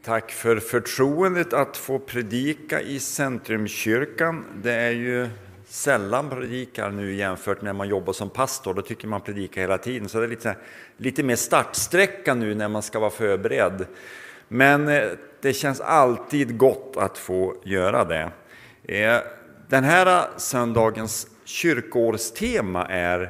Tack för förtroendet att få predika i Centrumkyrkan. Det är ju sällan predikar nu jämfört när man jobbar som pastor. Då tycker man predikar hela tiden. Så det är lite mer startsträcka nu när man ska vara förberedd. Men det känns alltid gott att få göra det. Den här söndagens kyrkoårstema är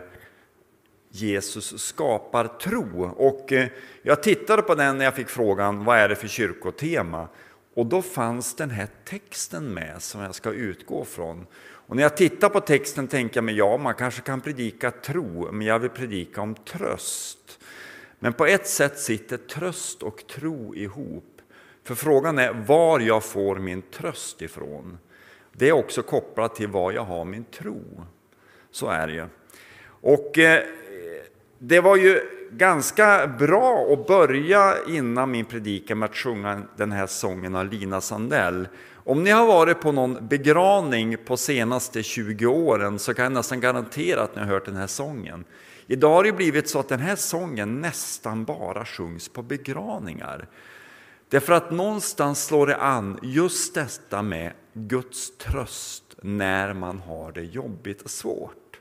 Jesus skapar tro. Och jag tittade på den när jag fick frågan, vad är det för kyrkotema? Och då fanns den här texten med som jag ska utgå från. Och när jag tittar på texten tänker jag mig, ja, man kanske kan predika tro, men jag vill predika om tröst. Men på ett sätt sitter tröst och tro ihop. För frågan är var jag får min tröst ifrån. Det är också kopplat till var jag har min tro. Så är det ju. Och det var ju ganska bra att börja innan min predikan med att sjunga den här sången av Lina Sandell. Om ni har varit på någon begravning på senaste 20 åren så kan jag nästan garantera att ni har hört den här sången. Idag har det blivit så att den här sången nästan bara sjungs på begravningar. Därför att någonstans slår det an just detta med Guds tröst när man har det jobbigt och svårt.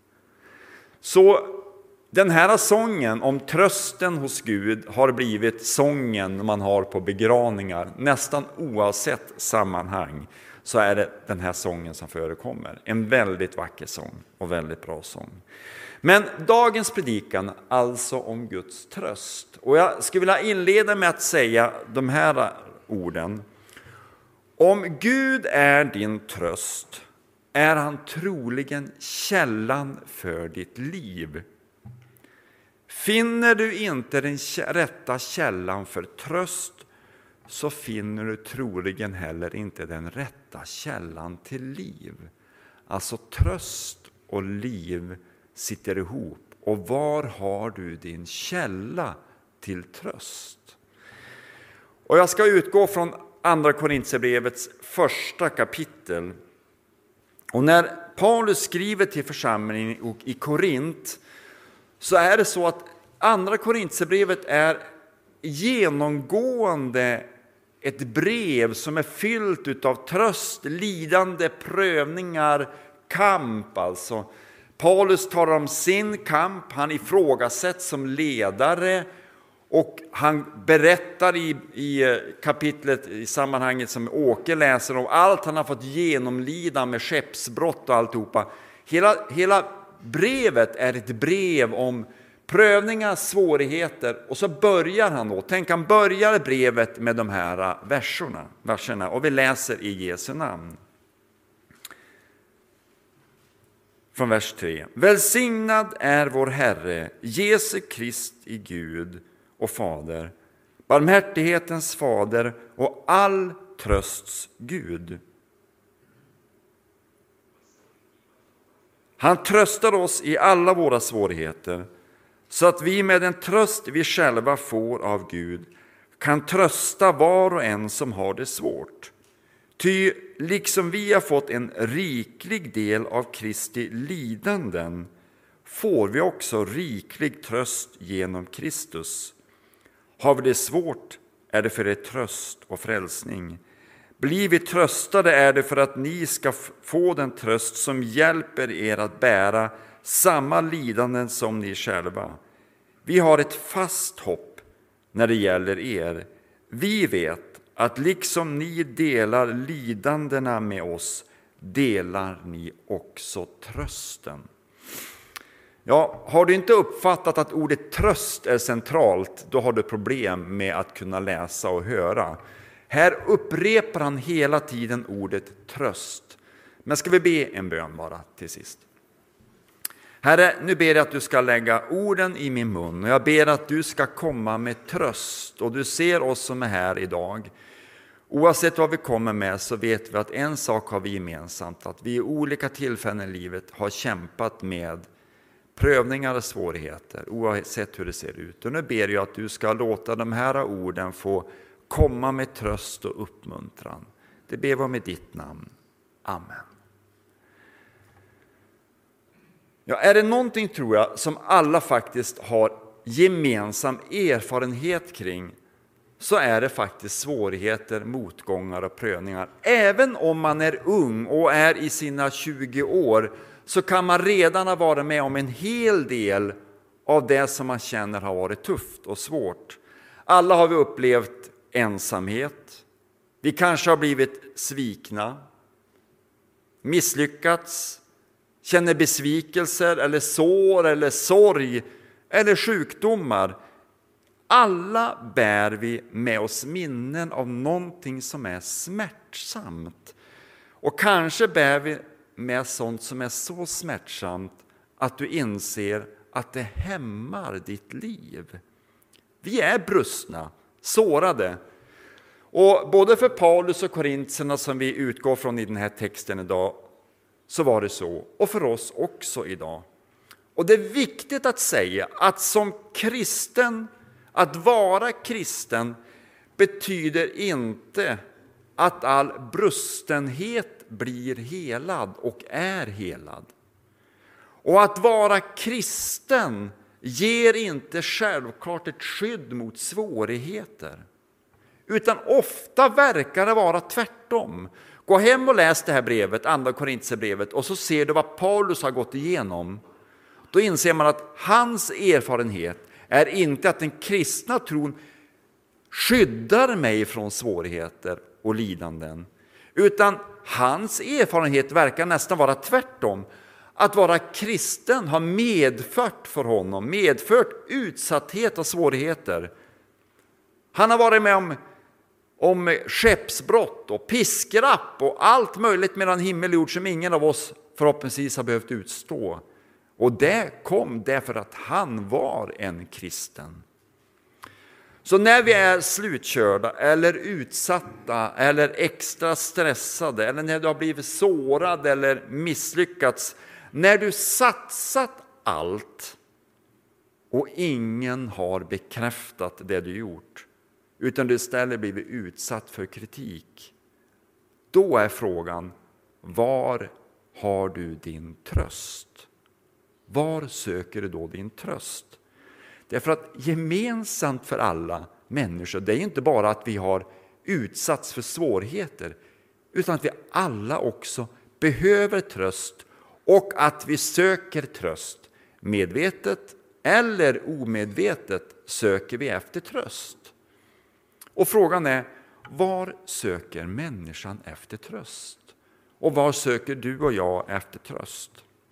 Så den här sången om trösten hos Gud har blivit sången man har på begravningar. Nästan oavsett sammanhang så är det den här sången som förekommer. En väldigt vacker sång och väldigt bra sång. Men dagens predikan alltså om Guds tröst. Och jag skulle vilja inleda med att säga de här orden. Om Gud är din tröst är han troligen källan för ditt liv. Finner du inte den rätta källan för tröst så finner du troligen heller inte den rätta källan till liv. Alltså tröst och liv sitter ihop. Och var har du din källa till tröst? Och jag ska utgå från andra Korintierbrevets första kapitel. Och när Paulus skriver till församlingen i Korint så är det så att andra Korintierbrevet är genomgående ett brev som är fyllt av tröst, lidande, prövningar, kamp alltså. Paulus talar om sin kamp, han ifrågasätts som ledare och han berättar i kapitlet i sammanhanget som Åke läser om allt han har fått genomlida med skeppsbrott och alltihopa. Hela brevet är ett brev om prövningar, svårigheter och så börjar han då. Tänk, han börjar brevet med de här verserna och vi läser i Jesu namn. Från vers 3. Välsignad är vår Herre, Jesu Kristi Gud och Fader, barmhärtighetens Fader och all trösts Gud. Han tröstar oss i alla våra svårigheter så att vi med den tröst vi själva får av Gud kan trösta var och en som har det svårt. Ty liksom vi har fått en riklig del av Kristi lidanden får vi också riklig tröst genom Kristus. Har vi det svårt är det för er tröst och frälsning. Blir vi tröstade är det för att ni ska få den tröst som hjälper er att bära samma lidanden som ni själva. Vi har ett fast hopp när det gäller er. Vi vet att liksom ni delar lidandena med oss delar ni också trösten. Ja, har du inte uppfattat att ordet tröst är centralt, då har du problem med att kunna läsa och höra. Här upprepar han hela tiden ordet tröst. Men ska vi be en bön bara till sist? Herre, nu ber jag att du ska lägga orden i min mun och jag ber att du ska komma med tröst. Och du ser oss som är här idag. Oavsett vad vi kommer med så vet vi att en sak har vi gemensamt. Att vi i olika tillfällen i livet har kämpat med prövningar och svårigheter oavsett hur det ser ut. Och nu ber jag att du ska låta de här orden få komma med tröst och uppmuntran. Det ber vi om i ditt namn. Amen. Ja, är det någonting tror jag som alla faktiskt har gemensam erfarenhet kring så är det faktiskt svårigheter, motgångar och prövningar. Även om man är ung och är i sina 20 år så kan man redan ha varit med om en hel del av det som man känner har varit tufft och svårt. Alla har vi upplevt ensamhet. Vi kanske har blivit svikna, misslyckats, känner besvikelser eller sår eller sorg eller sjukdomar. Alla bär vi med oss minnen av någonting som är smärtsamt. Och kanske bär vi med sånt som är så smärtsamt att du inser att det hämmar ditt liv. Vi är brustna, sårade. Och både för Paulus och korintierna som vi utgår från i den här texten idag så var det så. Och för oss också idag. Och det är viktigt att säga att som kristen, att vara kristen betyder inte att all brustenhet blir helad och är helad. Och att vara kristen ger inte självklart ett skydd mot svårigheter. Utan ofta verkar det vara tvärtom. Gå hem och läs det här brevet, andra Korintierbrevet, och så ser du vad Paulus har gått igenom. Då inser man att hans erfarenhet är inte att den kristna tron skyddar mig från svårigheter och lidanden. Utan hans erfarenhet verkar nästan vara tvärtom. Att vara kristen har medfört utsatthet och svårigheter. Han har varit med om skeppsbrott och piskrapp och allt möjligt mellan himmel och jord som ingen av oss förhoppningsvis har behövt utstå. Och det kom därför att han var en kristen. Så när vi är slutkörda eller utsatta eller extra stressade eller när du har blivit sårad eller misslyckats, när du satsat allt och ingen har bekräftat det du gjort utan du istället blivit utsatt för kritik, då är frågan: var har du din tröst? Var söker du då din tröst? Därför att gemensamt för alla människor, det är inte bara att vi har utsatts för svårigheter, utan att vi alla också behöver tröst och att vi söker tröst. Medvetet eller omedvetet söker vi efter tröst. Och frågan är: var söker människan efter tröst? Och var söker du och jag efter tröst?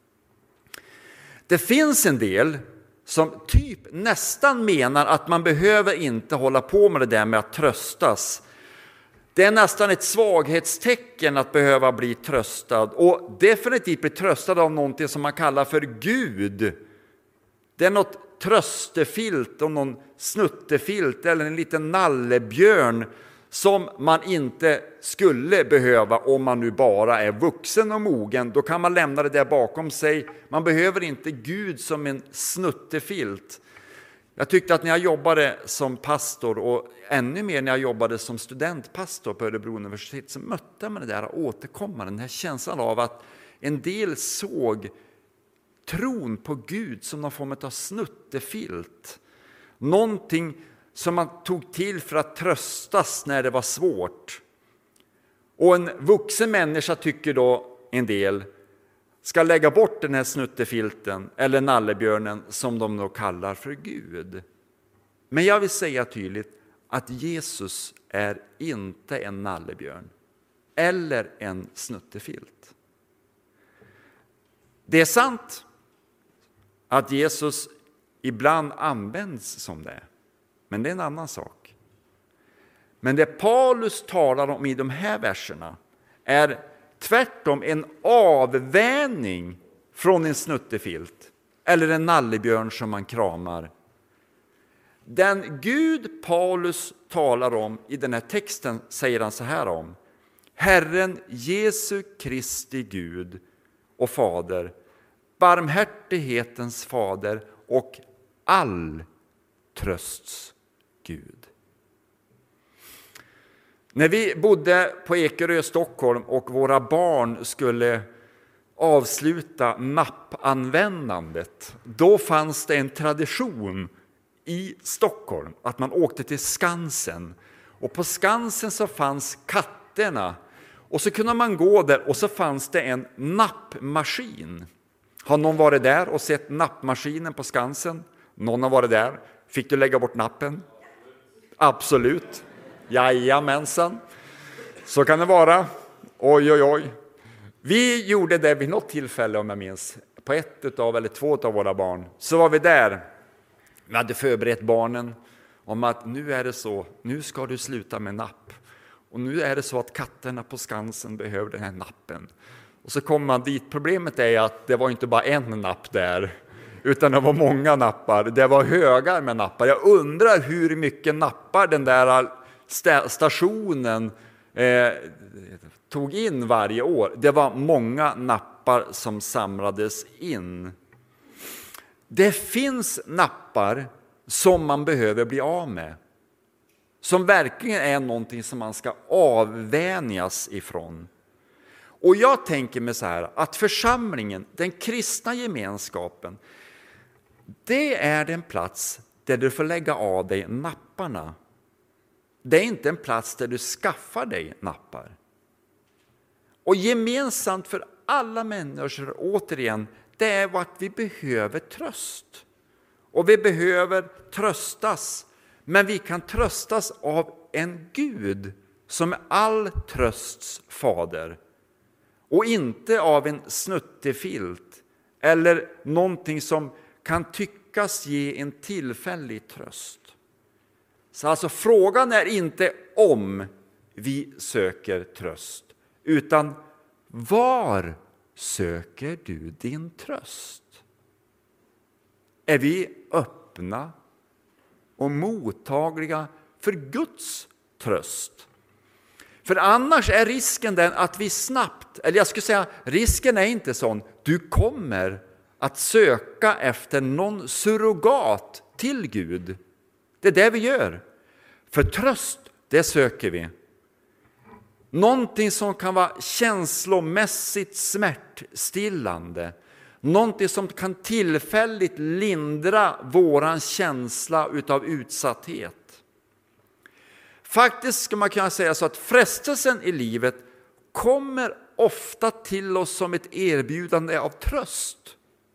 Det finns en del som nästan menar att man behöver inte hålla på med det där med att tröstas. Det är nästan ett svaghetstecken att behöva bli tröstad, och definitivt bli tröstad av någonting som man kallar för Gud. Det är något tröstefilt och någon snuttefilt eller en liten nallebjörn som man inte skulle behöva om man nu bara är vuxen och mogen. Då kan man lämna det där bakom sig. Man behöver inte Gud som en snuttefilt. Jag tyckte att när jag jobbade som pastor och ännu mer när jag jobbade som studentpastor på Örebro universitet så mötte man det där återkommande, den här känslan av att en del såg tron på Gud som någon form av snuttefilt. Någonting som man tog till för att tröstas när det var svårt. Och en vuxen människa tycker då en del ska lägga bort den här snuttefilten eller nallebjörnen som de då kallar för Gud. Men jag vill säga tydligt att Jesus är inte en nallebjörn eller en snuttefilt. Det är sant att Jesus ibland används som det, men det är en annan sak. Men det Paulus talar om i de här verserna är tvärtom en avvänjning från en snuttefilt eller en nallebjörn som man kramar. Den Gud Paulus talar om i den här texten säger han så här om: Herren Jesu Kristi Gud och Fader, barmhärtighetens Fader och all trösts Gud. När vi bodde på Ekerö i Stockholm och våra barn skulle avsluta mappanvändandet, då fanns det en tradition i Stockholm att man åkte till Skansen. Och på Skansen så fanns katterna. Och så kunde man gå där och så fanns det en nappmaskin. Har någon varit där och sett nappmaskinen på Skansen? Någon har varit där. Fick du lägga bort nappen? Absolut. Jajamensan. Så kan det vara. Oj, oj, oj. Vi gjorde det vid något tillfälle, om jag minns. På ett av eller två av våra barn. Så var vi där. Vi hade förberett barnen om att nu är det så. Nu ska du sluta med napp. Och nu är det så att katterna på Skansen behöver den här nappen. Och så kommer man dit. Problemet är att det var inte bara en napp där. Utan det var många nappar. Det var högar med nappar. Jag undrar hur mycket nappar den där stationen tog in varje år. Det var många nappar som samlades in. Det finns nappar som man behöver bli av med. Som verkligen är någonting som man ska avvänjas ifrån. Och jag tänker mig så här att församlingen, den kristna gemenskapen, det är den plats där du får lägga av dig napparna. Det är inte en plats där du skaffar dig nappar. Och gemensamt för alla människor, återigen, det är att vi behöver tröst. Och vi behöver tröstas. Men vi kan tröstas av en Gud som är all trösts fader. Och inte av en snuttefilt eller någonting som kan tyckas ge en tillfällig tröst. Så alltså frågan är inte om vi söker tröst, utan var söker du din tröst? Är vi öppna och mottagliga för Guds tröst? För annars är risken den att vi snabbt, eller jag skulle säga risken är inte sån, du kommer att söka efter någon surrogat till Gud. Det är det vi gör. För tröst, det söker vi. Någonting som kan vara känslomässigt smärtstillande. Någonting som kan tillfälligt lindra våran känsla utav utsatthet. Faktiskt ska man kunna säga så att frestelsen i livet kommer ofta till oss som ett erbjudande av tröst.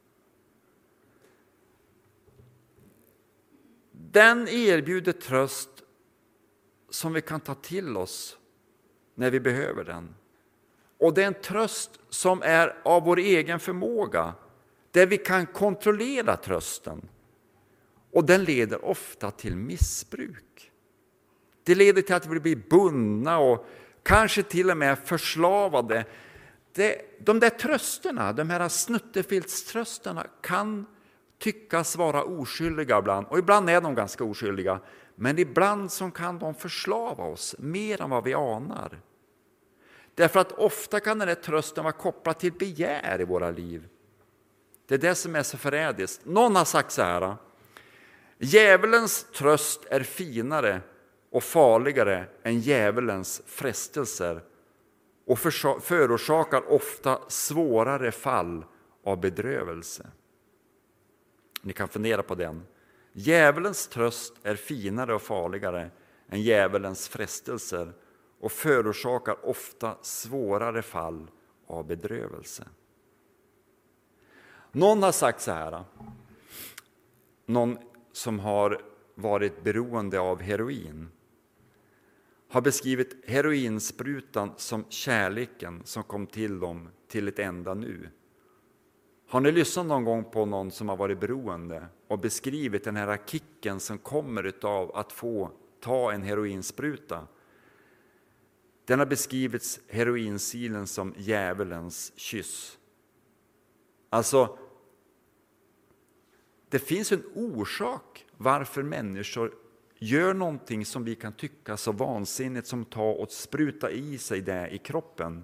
Den erbjuder tröst som vi kan ta till oss när vi behöver den. Och det är en tröst som är av vår egen förmåga, där vi kan kontrollera trösten. Och den leder ofta till missbruk. Det leder till att vi blir bundna och kanske till och med förslavade. De där trösterna, de här snuttefiltströsterna kan tyckas vara oskyldiga ibland. Och ibland är de ganska oskyldiga. Men ibland så kan de förslava oss mer än vad vi anar. Därför att ofta kan den här trösten vara kopplad till begär i våra liv. Det är det som är så förrädiskt. Någon har sagt så här: djävulens tröst är finare och farligare än djävulens frestelser och förorsakar ofta svårare fall av bedrövelse. Ni kan fundera på den. Djävulens tröst är finare och farligare än djävulens frestelser och förorsakar ofta svårare fall av bedrövelse. Någon har sagt så här, någon som har varit beroende av heroin har beskrivit heroinsprutan som kärleken som kom till dem till ett enda nu. Har ni lyssnat någon gång på någon som har varit beroende och beskrivit den här kicken som kommer av att få ta en heroinspruta? Den har beskrivits, heroinsilen, som djävulens kyss. Alltså, det finns en orsak varför människor gör någonting som vi kan tycka så vansinnigt som ta och spruta i sig det i kroppen.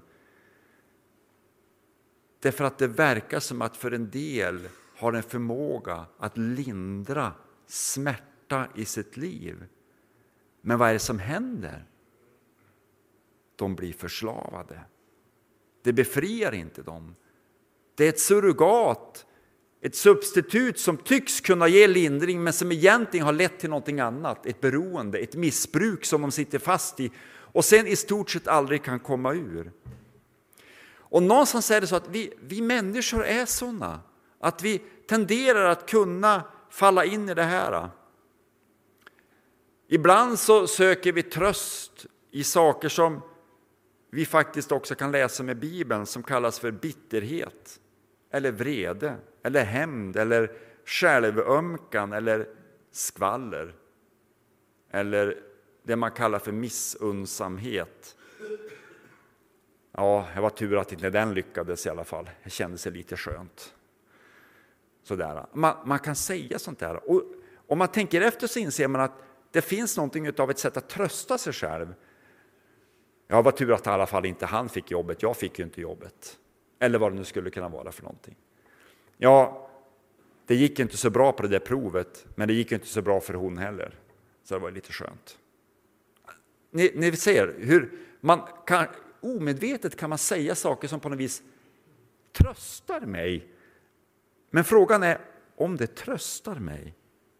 Därför att det verkar som att för en del har en förmåga att lindra smärta i sitt liv. Men vad är det som händer? De blir förslavade. Det befriar inte dem. Det är ett surrogat Ett substitut som tycks kunna ge lindring men som egentligen har lett till någonting annat. Ett beroende, ett missbruk som de sitter fast i och sen i stort sett aldrig kan komma ur. Och någonstans är det så att vi människor är sådana. Att vi tenderar att kunna falla in i det här. Ibland så söker vi tröst i saker som vi faktiskt också kan läsa med Bibeln som kallas för bitterhet, eller vrede, eller hämnd, eller självömkan, eller skvaller, eller det man kallar för missunnsamhet. Ja, det var tur att inte den lyckades i alla fall. Det kändes lite skönt. Sådär. Man kan säga sånt där. Och om man tänker efter så inser man att det finns någonting av ett sätt att trösta sig själv. Ja, var tur att i alla fall inte han fick jobbet. Jag fick ju inte jobbet. Eller vad det nu skulle kunna vara för någonting. Ja, det gick inte så bra på det där provet. Men det gick inte så bra för hon heller. Så det var lite skönt. Ni ser hur man kan, omedvetet kan man säga saker som på något vis tröstar mig. Men frågan är om det tröstar mig.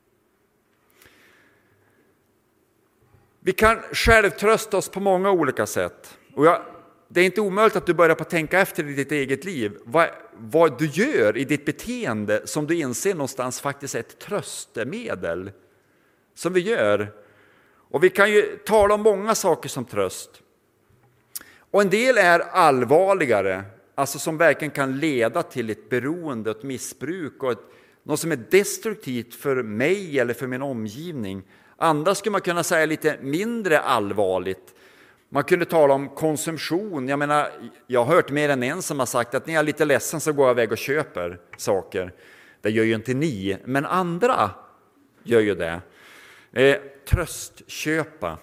Vi kan själv trösta oss på många olika sätt. Och det är inte omöjligt att du börjar på att tänka efter i ditt eget liv. Vad du gör i ditt beteende som du inser någonstans faktiskt är ett tröstemedel. Som vi gör. Och vi kan ju tala om många saker som tröst. Och en del är allvarligare. Alltså som verkligen kan leda till ett beroende, ett missbruk och något som är destruktivt för mig eller för min omgivning. Andra skulle man kunna säga lite mindre allvarligt. Man kunde tala om konsumtion. Jag menar, jag har hört mer än en som har sagt att när jag är lite ledsen så går jag iväg och köper saker. Det gör ju inte ni, men andra gör ju det. Tröstköpa.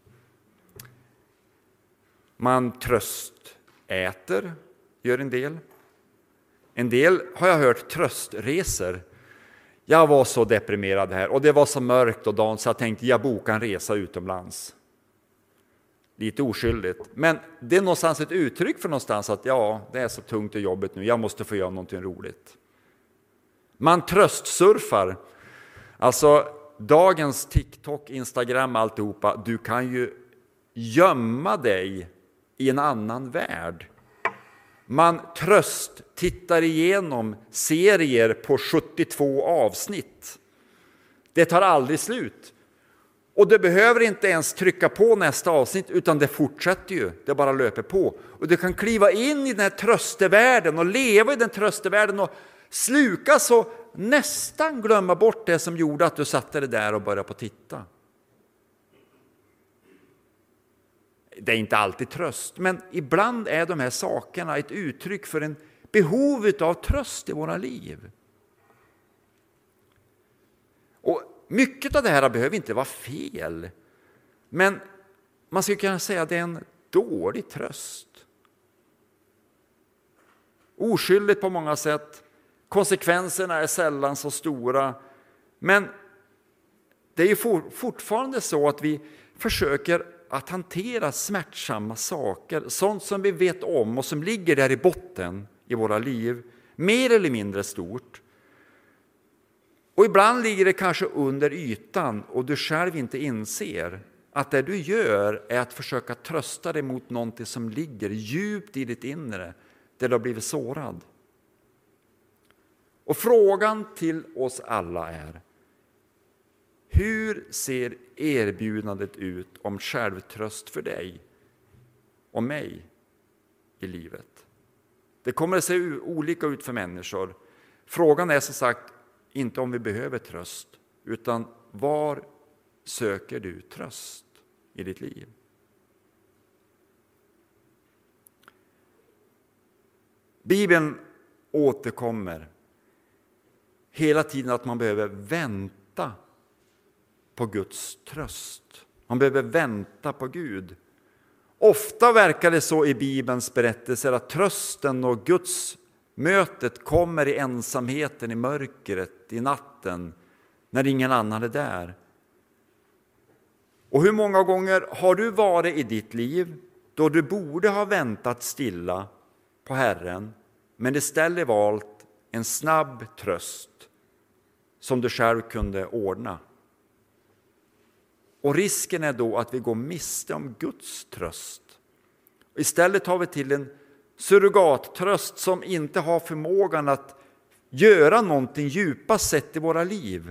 Man tröstäter, gör en del. En del har jag hört tröstresor. Jag var så deprimerad här och det var så mörkt och dagen så jag tänkte jag bokar en resa utomlands. Lite oskyldigt. Men det är någonstans ett uttryck för någonstans att ja, det är så tungt och jobbigt nu. Jag måste få göra någonting roligt. Man tröstsurfar. Alltså dagens TikTok, Instagram, alltihopa. Du kan ju gömma dig i en annan värld. Man tittar igenom serier på 72 avsnitt. Det tar aldrig slut. Och du behöver inte ens trycka på nästa avsnitt utan det fortsätter ju. Det bara löper på. Och du kan kliva in i den här tröstevärlden och leva i den tröstevärlden och slukas och nästan glömma bort det som gjorde att du satte dig där och började på titta. Det är inte alltid tröst, men ibland är de här sakerna ett uttryck för en behov av tröst i våra liv. Och mycket av det här behöver inte vara fel, men man skulle kunna säga att det är en dålig tröst. Oskyldigt på många sätt, konsekvenserna är sällan så stora, men det är ju fortfarande så att vi försöker att hantera smärtsamma saker, sånt som vi vet om och som ligger där i botten i våra liv, mer eller mindre stort. Och ibland ligger det kanske under ytan och du själv inte inser att det du gör är att försöka trösta dig mot någonting som ligger djupt i ditt inre, där du har blivit sårad. Och frågan till oss alla är: hur ser erbjudandet ut om självtröst för dig och mig i livet? Det kommer att se olika ut för människor. Frågan är som sagt inte om vi behöver tröst, utan var söker du tröst i ditt liv? Bibeln återkommer hela tiden att man behöver vänta på Guds tröst. Man behöver vänta på Gud. Ofta verkar det så i Bibelns berättelser att trösten och Guds mötet kommer i ensamheten, i mörkret, i natten, när ingen annan är där. Och hur många gånger har du varit i ditt liv då du borde ha väntat stilla på Herren, men istället valt en snabb tröst som du själv kunde ordna. Och risken är då att vi går miste om Guds tröst. Istället tar vi till en surrogattröst som inte har förmågan att göra någonting djupast sett i våra liv.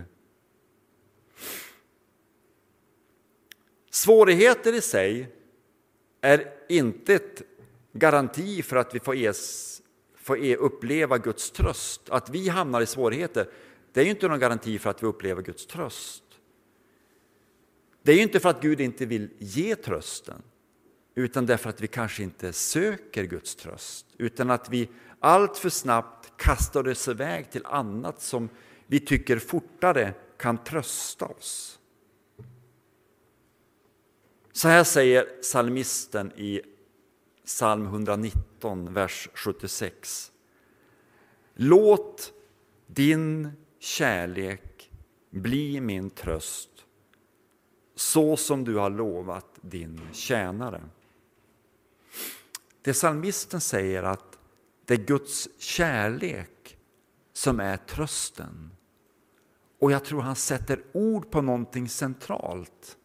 Svårigheter i sig är inte ett garanti för att vi får uppleva Guds tröst. Att vi hamnar i svårigheter, det är ju inte någon garanti för att vi upplever Guds tröst. Det är ju inte för att Gud inte vill ge trösten, utan därför att vi kanske inte söker Guds tröst, utan att vi allt för snabbt kastar oss iväg till annat som vi tycker fortare kan trösta oss. Så här säger psalmisten i psalm 119, vers 76. Låt din kärlek bli min tröst, så som du har lovat din tjänare. Det psalmisten säger att det är Guds kärlek som är trösten. Och jag tror han sätter ord på någonting centralt.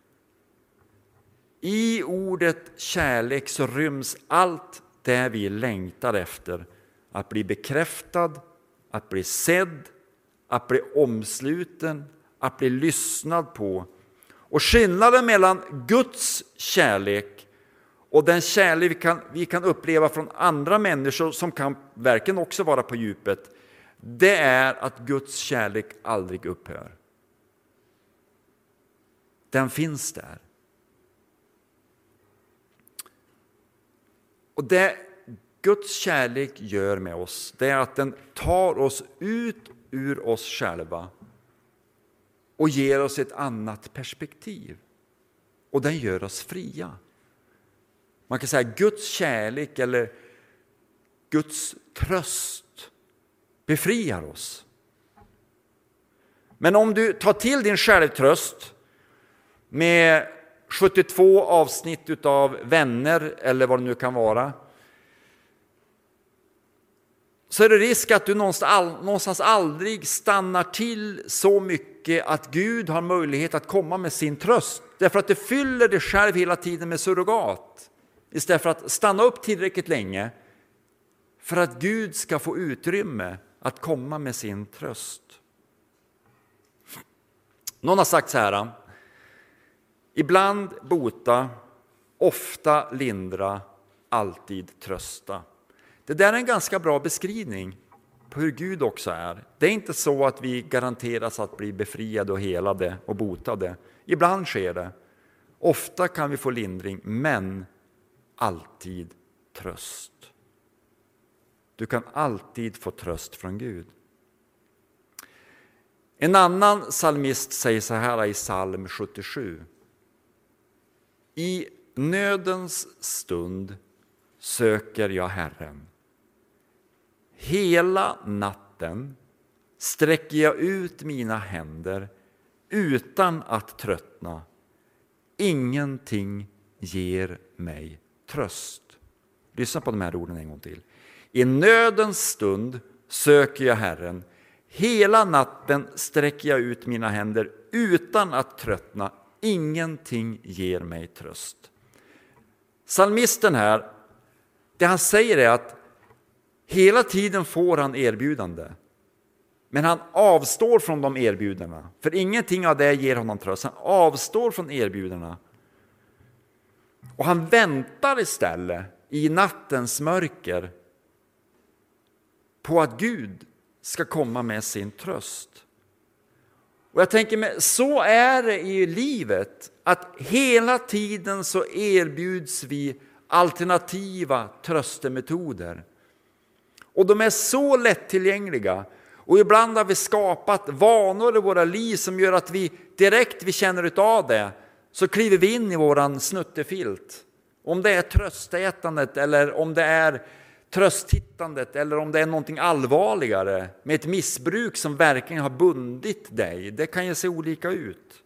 I ordet kärlek så ryms allt det vi längtar efter. Att bli bekräftad, att bli sedd, att bli omsluten, att bli lyssnad på. Och skillnaden mellan Guds kärlek och den kärlek vi kan uppleva från andra människor som kan verkligen också vara på djupet, det är att Guds kärlek aldrig upphör. Den finns där. Och det Guds kärlek gör med oss, det är att den tar oss ut ur oss själva och ger oss ett annat perspektiv. Och den gör oss fria. Man kan säga att Guds kärlek eller Guds tröst befriar oss. Men om du tar till din självtröst med 72 avsnitt utav Vänner eller vad det nu kan vara, så är det risk att du någonstans aldrig stannar till så mycket att Gud har möjlighet att komma med sin tröst. Därför att det fyller dig själv hela tiden med surrogat. Istället för att stanna upp tillräckligt länge för att Gud ska få utrymme att komma med sin tröst. Någon har sagt så här: ibland bota, ofta lindra, alltid trösta. Det där är en ganska bra beskrivning på hur Gud också är. Det är inte så att vi garanteras att bli befriade och helade och botade. Ibland sker det. Ofta kan vi få lindring, men alltid tröst. Du kan alltid få tröst från Gud. En annan psalmist säger så här i psalm 77. I nödens stund söker jag Herren. Hela natten sträcker jag ut mina händer utan att tröttna. Ingenting ger mig tröst. Lyssna på de här orden en gång till. I nödens stund söker jag Herren. Hela natten sträcker jag ut mina händer utan att tröttna. Ingenting ger mig tröst. Psalmisten här, det han säger är att hela tiden får han erbjudande. Men han avstår från de erbjudandena. För ingenting av det ger honom tröst. Han avstår från erbjudandena. Och han väntar istället i nattens mörker på att Gud ska komma med sin tröst. Och jag tänker mig, så är det i livet, att hela tiden så erbjuds vi alternativa tröstemetoder. Och de är så lättillgängliga. Och ibland har vi skapat vanor i våra liv som gör att vi direkt vi känner utav det, så kliver vi in i våran snuttefilt. Om det är tröstätandet eller om det är trösttittandet eller om det är någonting allvarligare med ett missbruk som verkligen har bundit dig. Det kan ju se olika ut.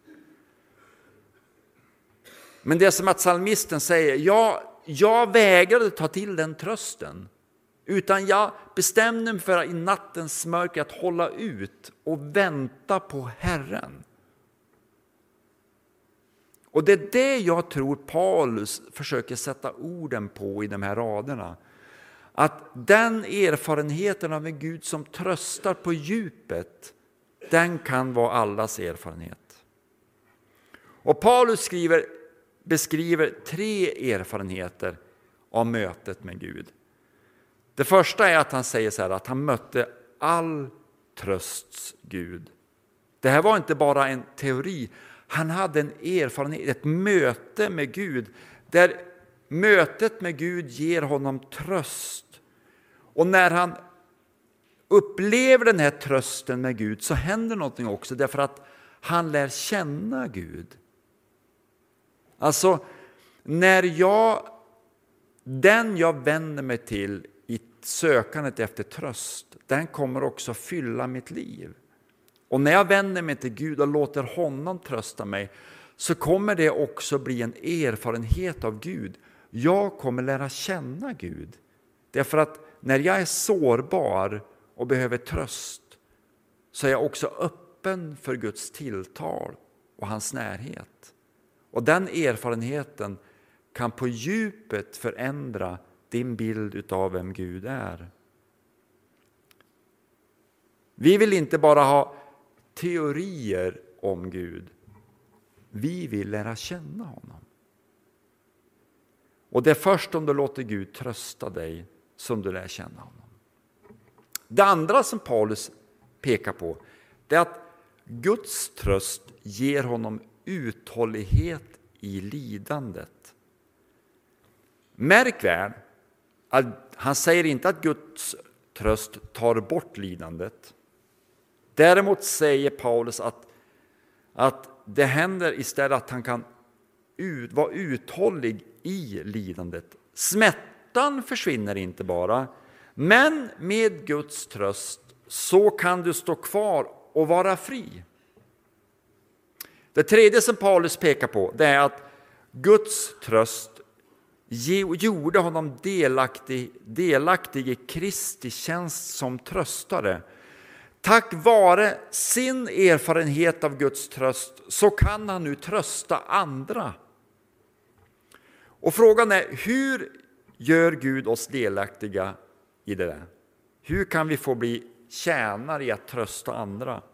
Men det är som att psalmisten säger, jag vägrade ta till den trösten. Utan jag bestämde mig för i nattens mörker att hålla ut och vänta på Herren. Och det är det jag tror Paulus försöker sätta orden på i de här raderna. Att den erfarenheten av en Gud som tröstar på djupet, den kan vara allas erfarenhet. Och Paulus beskriver 3 erfarenheter av mötet med Gud. Det första är att han säger så här, att han mötte all trösts Gud. Det här var inte bara en teori. Han hade en erfarenhet, ett möte med Gud. Där mötet med Gud ger honom tröst. Och när han upplever den här trösten med Gud så händer någonting också. Därför att han lär känna Gud. Alltså, när den jag vänder mig till i sökandet efter tröst, den kommer också fylla mitt liv. Och när jag vänder mig till Gud och låter honom trösta mig, så kommer det också bli en erfarenhet av Gud. Jag kommer lära känna Gud. Därför att när jag är sårbar och behöver tröst, så är jag också öppen för Guds tilltal och hans närhet. Och den erfarenheten kan på djupet förändra din bild av vem Gud är. Vi vill inte bara ha teorier om Gud. Vi vill lära känna honom. Och det är först om du låter Gud trösta dig som du lär känna honom. Det andra som Paulus pekar på, det är att Guds tröst ger honom uthållighet i lidandet. Märk väl att han säger inte att Guds tröst tar bort lidandet. Däremot säger Paulus att det händer istället att han kan vara uthållig i lidandet. Smärtan försvinner inte bara, men med Guds tröst så kan du stå kvar och vara fri. Det tredje som Paulus pekar på, det är att Guds tröst gjorde honom delaktig i Kristi tjänst som tröstare. Tack vare sin erfarenhet av Guds tröst så kan han nu trösta andra. Och frågan är, hur gör Gud oss delaktiga i det där? Hur kan vi få bli tjänare i att trösta andra?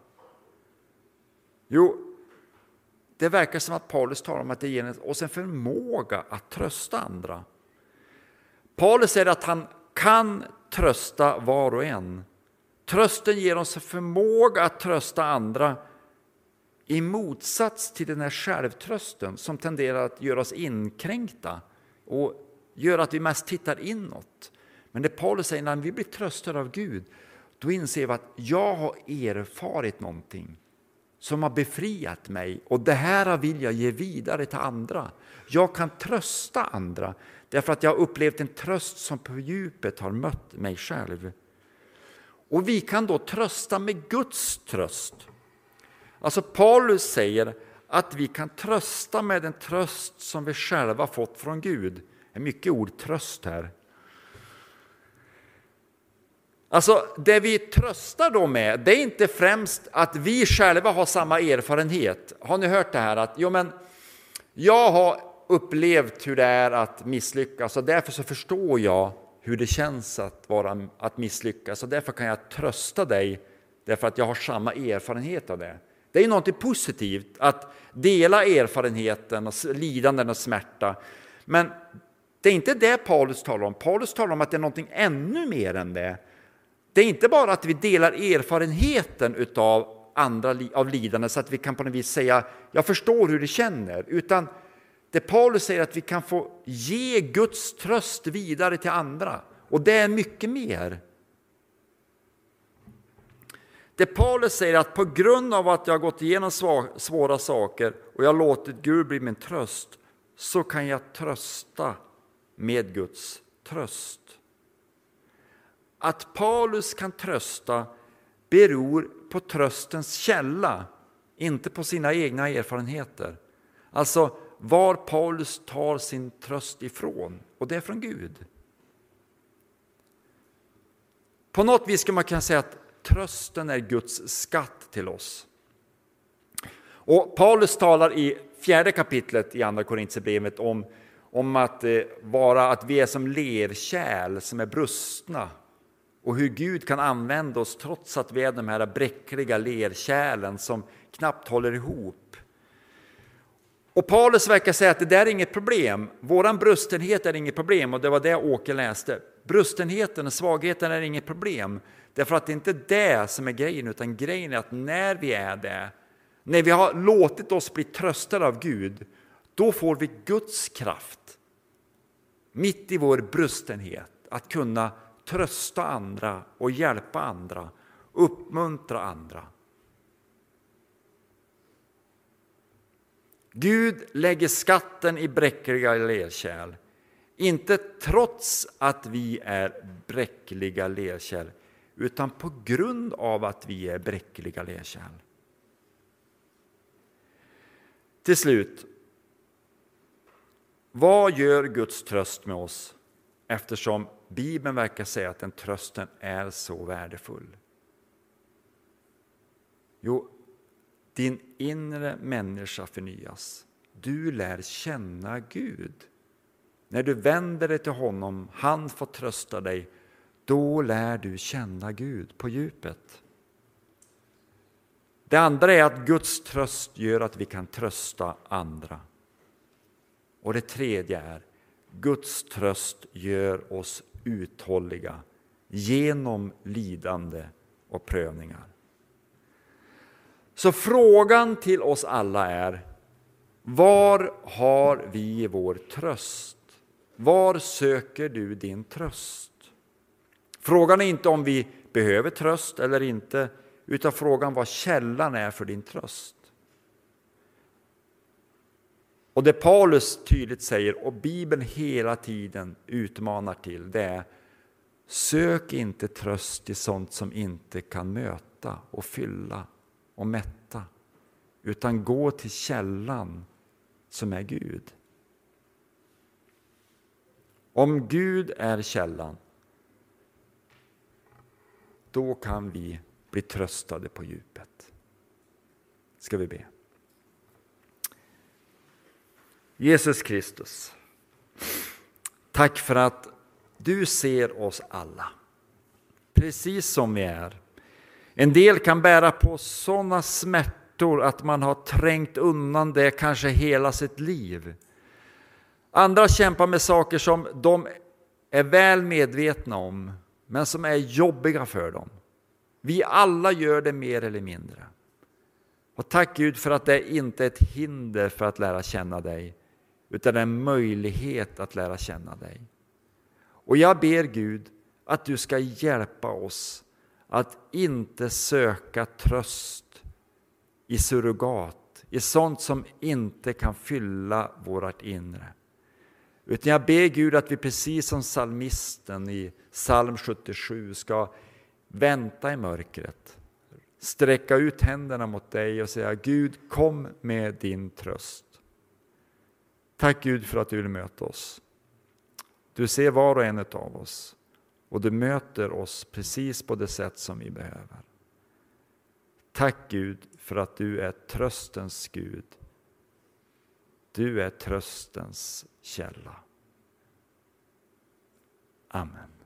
Jo, det verkar som att Paulus talar om att det ger oss en förmåga att trösta andra. Paulus säger att han kan trösta var och en. Trösten ger oss en förmåga att trösta andra i motsats till den här självtrösten som tenderar att göra oss inkränkta och gör att vi mest tittar inåt. Men det Paulus säger, när vi blir tröstade av Gud, då inser vi att jag har erfarit någonting som har befriat mig, och det här vill jag ge vidare till andra. Jag kan trösta andra därför att jag har upplevt en tröst som på djupet har mött mig själv. Och vi kan då trösta med Guds tröst. Alltså Paulus säger att vi kan trösta med den tröst som vi själva fått från Gud. Det är mycket ord tröst här. Alltså det vi tröstar då med, det är inte främst att vi själva har samma erfarenhet. Har ni hört det här att jag har upplevt hur det är att misslyckas, och därför så förstår jag hur det känns att misslyckas, och därför kan jag trösta dig därför att jag har samma erfarenhet av det. Det är något positivt att dela erfarenheten och lidanden och smärta. Men det är inte det Paulus talar om. Paulus talar om att det är något ännu mer än det. Det är inte bara att vi delar erfarenheten av lidande så att vi kan på något vis säga jag förstår hur det känner, utan det Paulus säger att vi kan få ge Guds tröst vidare till andra, och det är mycket mer. Det Paulus säger att på grund av att jag har gått igenom svåra saker och jag har låtit Gud bli min tröst, så kan jag trösta med Guds tröst. Att Paulus kan trösta beror på tröstens källa, inte på sina egna erfarenheter. Alltså var Paulus tar sin tröst ifrån, och det är från Gud. På något vis ska man kunna säga att trösten är Guds skatt till oss. Och Paulus talar i 4 kapitlet i andra Korinthierbrevet om att vi är som lerkärl som är brustna. Och hur Gud kan använda oss trots att vi är de här bräckliga lerkärlen som knappt håller ihop. Och Paulus verkar säga att det där är inget problem. Våran brustenhet är inget problem, och det var det Åke läste. Brustenheten och svagheten är inget problem. Därför att det inte är det som är grejen, utan grejen är att när vi är det, när vi har låtit oss bli tröstade av Gud, då får vi Guds kraft mitt i vår brustenhet att kunna trösta andra och hjälpa andra, uppmuntra andra. Gud lägger skatten i bräckliga lerkärl, inte trots att vi är bräckliga lerkärl, utan på grund av att vi är bräckliga lerkärl. Till slut, vad gör Guds tröst med oss, eftersom Bibeln verkar säga att den trösten är så värdefull? Jo, din inre människa förnyas. Du lär känna Gud. När du vänder dig till honom, han får trösta dig, då lär du känna Gud på djupet. Det andra är att Guds tröst gör att vi kan trösta andra. Och det tredje är, Guds tröst gör oss uthålliga genom lidande och prövningar. Så frågan till oss alla är, var har vi vår tröst? Var söker du din tröst? Frågan är inte om vi behöver tröst eller inte, utan frågan vad källan är för din tröst. Och det Paulus tydligt säger, och Bibeln hela tiden utmanar till, det är: sök inte tröst i sånt som inte kan möta och fylla och mätta, utan gå till källan som är Gud. Om Gud är källan, då kan vi bli tröstade på djupet. Ska vi be. Jesus Kristus, tack för att du ser oss alla, precis som vi är. En del kan bära på sådana smärtor att man har trängt undan det kanske hela sitt liv. Andra kämpar med saker som de är väl medvetna om, men som är jobbiga för dem. Vi alla gör det mer eller mindre. Och tack Gud för att det inte är ett hinder för att lära känna dig, utan en möjlighet att lära känna dig. Och jag ber Gud att du ska hjälpa oss att inte söka tröst i surrogat, i sånt som inte kan fylla vårt inre. Utan jag ber Gud att vi precis som psalmisten i psalm 77 ska vänta i mörkret, sträcka ut händerna mot dig och säga: Gud, kom med din tröst. Tack Gud för att du vill möta oss. Du ser var och en av oss, och du möter oss precis på det sätt som vi behöver. Tack Gud för att du är tröstens Gud. Du är tröstens källa. Amen.